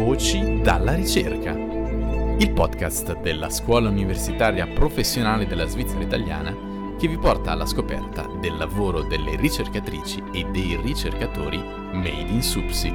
Voci dalla ricerca, il podcast della Scuola Universitaria Professionale della Svizzera Italiana che vi porta alla scoperta del lavoro delle ricercatrici e dei ricercatori made in SUPSI.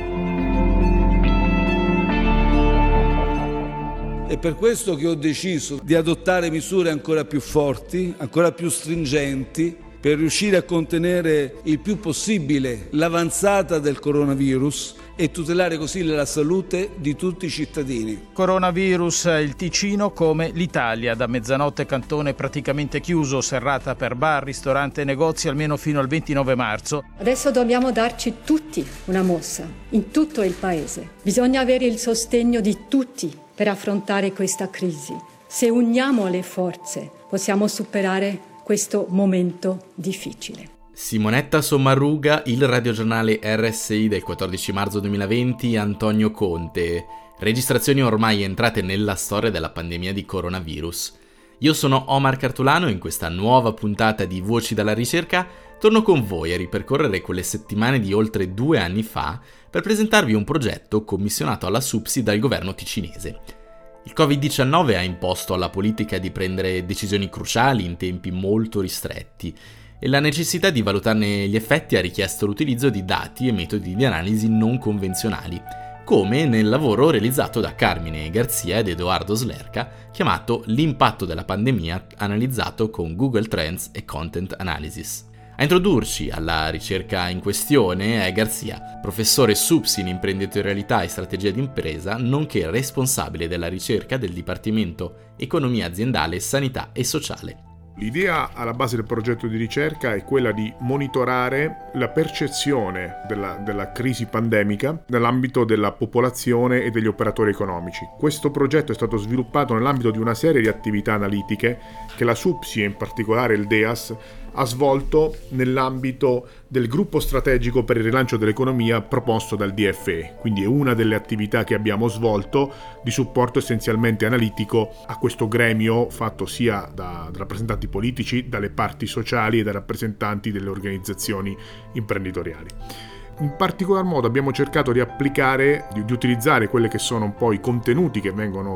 È per questo che ho deciso di adottare misure ancora più forti, ancora più stringenti, per riuscire a contenere il più possibile l'avanzata del coronavirus e tutelare così la salute di tutti i cittadini. Coronavirus, il Ticino come l'Italia, da mezzanotte cantone praticamente chiuso, serrata per bar, ristorante e negozi almeno fino al 29 marzo. Adesso dobbiamo darci tutti una mossa, in tutto il paese. Bisogna avere il sostegno di tutti per affrontare questa crisi. Se uniamo le forze, possiamo superare questo momento difficile. Simonetta Sommaruga, il radiogiornale RSI del 14 marzo 2020, Antonio Conte. Registrazioni ormai entrate nella storia della pandemia di coronavirus. Io sono Omar Cartulano e in questa nuova puntata di Voci dalla ricerca torno con voi a ripercorrere quelle settimane di oltre 2 anni fa per presentarvi un progetto commissionato alla SUPSI dal governo ticinese. Il Covid-19 ha imposto alla politica di prendere decisioni cruciali in tempi molto ristretti e la necessità di valutarne gli effetti ha richiesto l'utilizzo di dati e metodi di analisi non convenzionali, come nel lavoro realizzato da Carmine Garzia ed Edoardo Slerka, chiamato L'impatto della pandemia analizzato con Google Trends e Content Analysis. A introdurci alla ricerca in questione è Garzia, professore SUPSI in imprenditorialità e strategia d'impresa, nonché responsabile della ricerca del Dipartimento Economia Aziendale, Sanità e Sociale. L'idea alla base del progetto di ricerca è quella di monitorare la percezione della crisi pandemica nell'ambito della popolazione e degli operatori economici. Questo progetto è stato sviluppato nell'ambito di una serie di attività analitiche che la SUPSI e in particolare il DEAS ha svolto nell'ambito del gruppo strategico per il rilancio dell'economia proposto dal DFE. Quindi è una delle attività che abbiamo svolto di supporto essenzialmente analitico a questo gremio fatto sia da rappresentanti politici, dalle parti sociali e da rappresentanti delle organizzazioni imprenditoriali. In particolar modo abbiamo cercato di applicare, di utilizzare quelli che sono un po' i contenuti che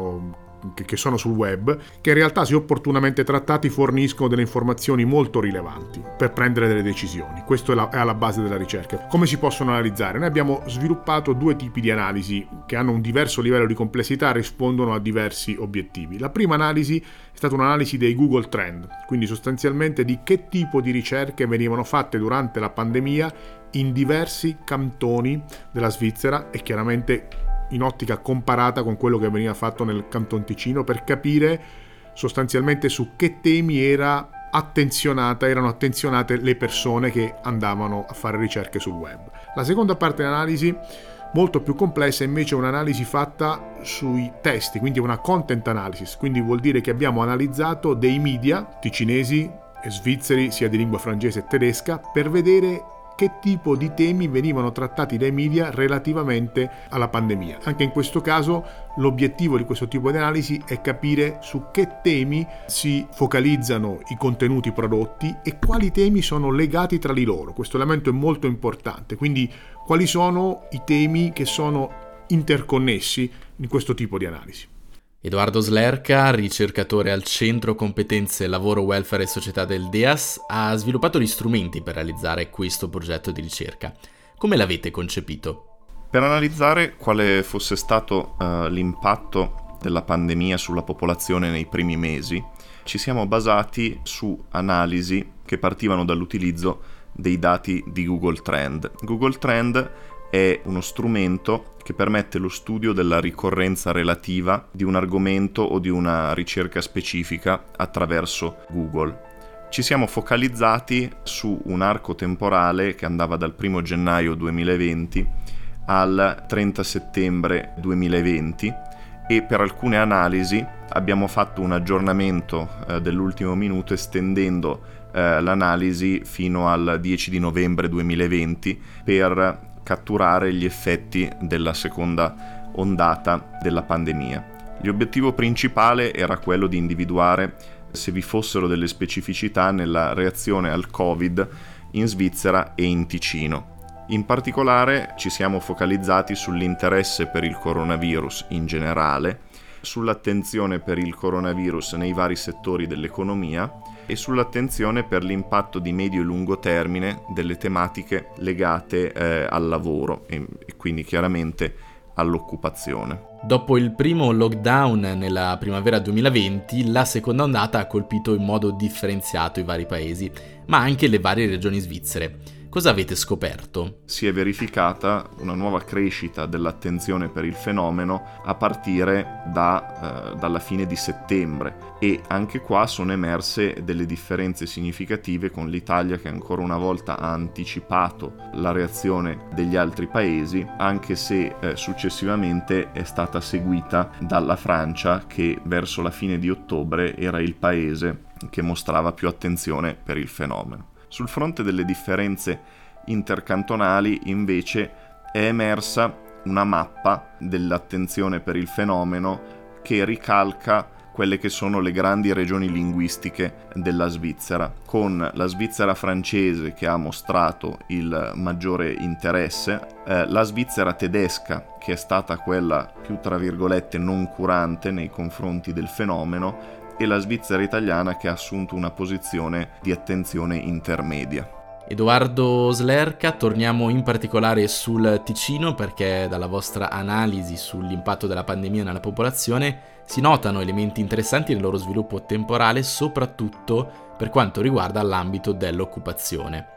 sono sul web, che in realtà, se opportunamente trattati, forniscono delle informazioni molto rilevanti per prendere delle decisioni. Questo è alla base della ricerca. Come si possono analizzare? Noi abbiamo sviluppato 2 tipi di analisi che hanno un diverso livello di complessità e rispondono a diversi obiettivi. La prima analisi è stata un'analisi dei Google Trend, quindi sostanzialmente di che tipo di ricerche venivano fatte durante la pandemia in diversi cantoni della Svizzera e chiaramente in ottica comparata con quello che veniva fatto nel Canton Ticino, per capire sostanzialmente su che temi erano attenzionate le persone che andavano a fare ricerche sul web. La seconda parte dell'analisi, molto più complessa, è invece un'analisi fatta sui testi, quindi una content analysis, quindi vuol dire che abbiamo analizzato dei media ticinesi e svizzeri, sia di lingua francese e tedesca, per vedere che tipo di temi venivano trattati dai media relativamente alla pandemia. Anche in questo caso l'obiettivo di questo tipo di analisi è capire su che temi si focalizzano i contenuti prodotti e quali temi sono legati tra di loro. Questo elemento è molto importante, quindi quali sono i temi che sono interconnessi in questo tipo di analisi. Edoardo Slerka, ricercatore al Centro Competenze Lavoro, Welfare e Società del DEAS, ha sviluppato gli strumenti per realizzare questo progetto di ricerca. Come l'avete concepito? Per analizzare quale fosse stato l'impatto della pandemia sulla popolazione nei primi mesi, ci siamo basati su analisi che partivano dall'utilizzo dei dati di Google Trend. Google Trend è uno strumento che permette lo studio della ricorrenza relativa di un argomento o di una ricerca specifica attraverso Google. Ci siamo focalizzati su un arco temporale che andava dal 1 gennaio 2020 al 30 settembre 2020 e per alcune analisi abbiamo fatto un aggiornamento dell'ultimo minuto estendendo l'analisi fino al 10 di novembre 2020 per catturare gli effetti della seconda ondata della pandemia. L'obiettivo principale era quello di individuare se vi fossero delle specificità nella reazione al Covid in Svizzera e in Ticino. In particolare ci siamo focalizzati sull'interesse per il coronavirus in generale, sull'attenzione per il coronavirus nei vari settori dell'economia e sull'attenzione per l'impatto di medio e lungo termine delle tematiche legate al lavoro e quindi chiaramente all'occupazione. Dopo il primo lockdown nella primavera 2020, la seconda ondata ha colpito in modo differenziato i vari paesi, ma anche le varie regioni svizzere. Cosa avete scoperto? Si è verificata una nuova crescita dell'attenzione per il fenomeno a partire dalla fine di settembre e anche qua sono emerse delle differenze significative con l'Italia che ancora una volta ha anticipato la reazione degli altri paesi, anche se successivamente è stata seguita dalla Francia che verso la fine di ottobre era il paese che mostrava più attenzione per il fenomeno. Sul fronte delle differenze intercantonali, invece, è emersa una mappa dell'attenzione per il fenomeno che ricalca quelle che sono le grandi regioni linguistiche della Svizzera, con la Svizzera francese che ha mostrato il maggiore interesse, la Svizzera tedesca che è stata quella più tra virgolette non curante nei confronti del fenomeno e la Svizzera italiana che ha assunto una posizione di attenzione intermedia. Edoardo Slerka, torniamo in particolare sul Ticino perché dalla vostra analisi sull'impatto della pandemia nella popolazione si notano elementi interessanti nel loro sviluppo temporale, soprattutto per quanto riguarda l'ambito dell'occupazione.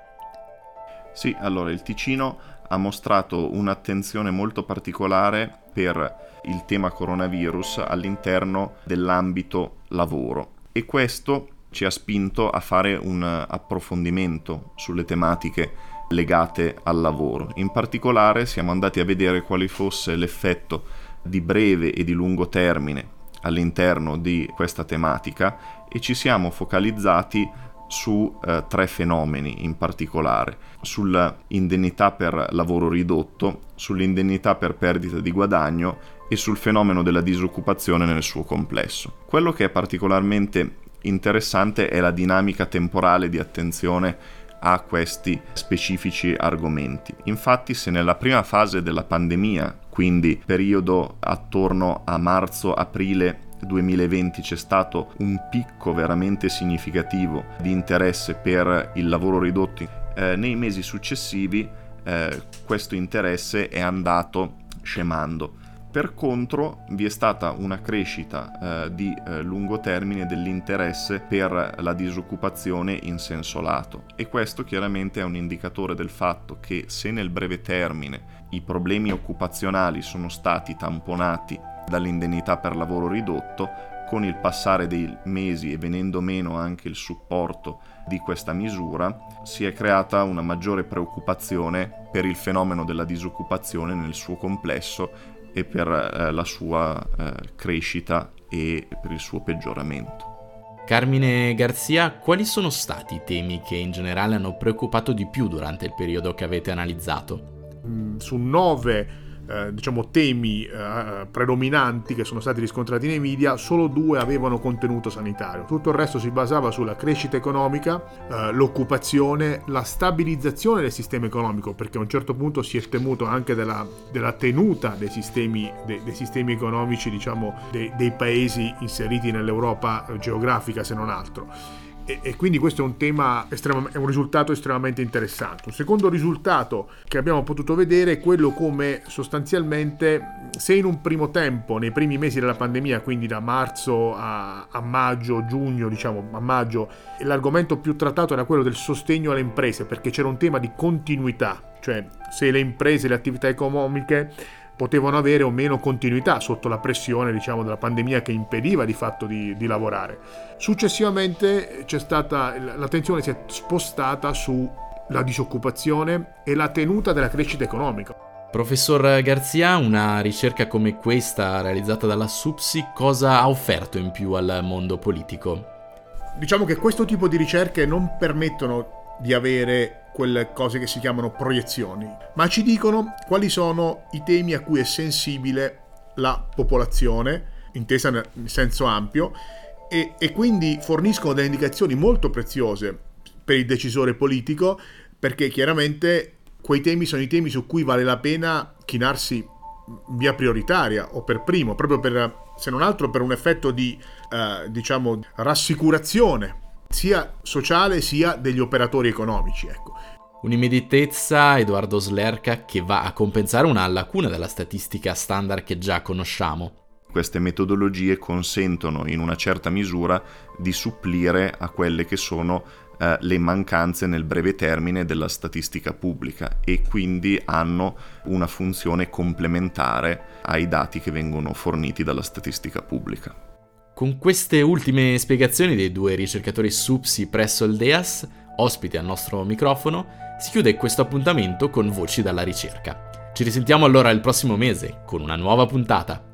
Sì, allora il Ticino ha mostrato un'attenzione molto particolare per il tema coronavirus all'interno dell'ambito lavoro e questo ci ha spinto a fare un approfondimento sulle tematiche legate al lavoro. In particolare siamo andati a vedere quale fosse l'effetto di breve e di lungo termine all'interno di questa tematica e ci siamo focalizzati su 3 fenomeni in particolare: sull'indennità per lavoro ridotto, sull'indennità per perdita di guadagno e sul fenomeno della disoccupazione nel suo complesso. Quello che è particolarmente interessante è la dinamica temporale di attenzione a questi specifici argomenti. Infatti, se nella prima fase della pandemia, quindi periodo attorno a marzo-aprile 2020, c'è stato un picco veramente significativo di interesse per il lavoro ridotto, nei mesi successivi questo interesse è andato scemando. Per contro vi è stata una crescita di lungo termine dell'interesse per la disoccupazione in senso lato e questo chiaramente è un indicatore del fatto che se nel breve termine i problemi occupazionali sono stati tamponati dall'indennità per lavoro ridotto, con il passare dei mesi e venendo meno anche il supporto di questa misura, si è creata una maggiore preoccupazione per il fenomeno della disoccupazione nel suo complesso e per la sua crescita e per il suo peggioramento. Carmine Garzia, quali sono stati i temi che in generale hanno preoccupato di più durante il periodo che avete analizzato? Su 9 temi predominanti che sono stati riscontrati nei media, solo 2 avevano contenuto sanitario. Tutto il resto si basava sulla crescita economica, l'occupazione, la stabilizzazione del sistema economico, perché a un certo punto si è temuto anche della tenuta dei sistemi economici, dei paesi inseriti nell'Europa geografica, se non altro. E quindi questo è un tema, è un risultato estremamente interessante. Un secondo risultato che abbiamo potuto vedere è quello come sostanzialmente, se in un primo tempo, nei primi mesi della pandemia, quindi da marzo a maggio, giugno, a maggio, l'argomento più trattato era quello del sostegno alle imprese, perché c'era un tema di continuità, cioè se le imprese, le attività economiche potevano avere o meno continuità sotto la pressione della pandemia che impediva di fatto di lavorare. Successivamente l'attenzione si è spostata sulla disoccupazione e la tenuta della crescita economica. Professor Garzia, una ricerca come questa realizzata dalla SUPSI cosa ha offerto in più al mondo politico? Diciamo che questo tipo di ricerche non permettono di avere quelle cose che si chiamano proiezioni, ma ci dicono quali sono i temi a cui è sensibile la popolazione, intesa nel senso ampio, e quindi forniscono delle indicazioni molto preziose per il decisore politico, perché chiaramente quei temi sono i temi su cui vale la pena chinarsi via prioritaria o per primo, proprio per, se non altro, per un effetto di rassicurazione sia sociale sia degli operatori economici, ecco. Un'immediatezza, Edoardo Slerka, che va a compensare una lacuna della statistica standard che già conosciamo. Queste metodologie consentono in una certa misura di supplire a quelle che sono le mancanze nel breve termine della statistica pubblica e quindi hanno una funzione complementare ai dati che vengono forniti dalla statistica pubblica. Con queste ultime spiegazioni dei due ricercatori SUPSI presso il DEAS, ospiti al nostro microfono, si chiude questo appuntamento con Voci dalla ricerca. Ci risentiamo allora il prossimo mese con una nuova puntata.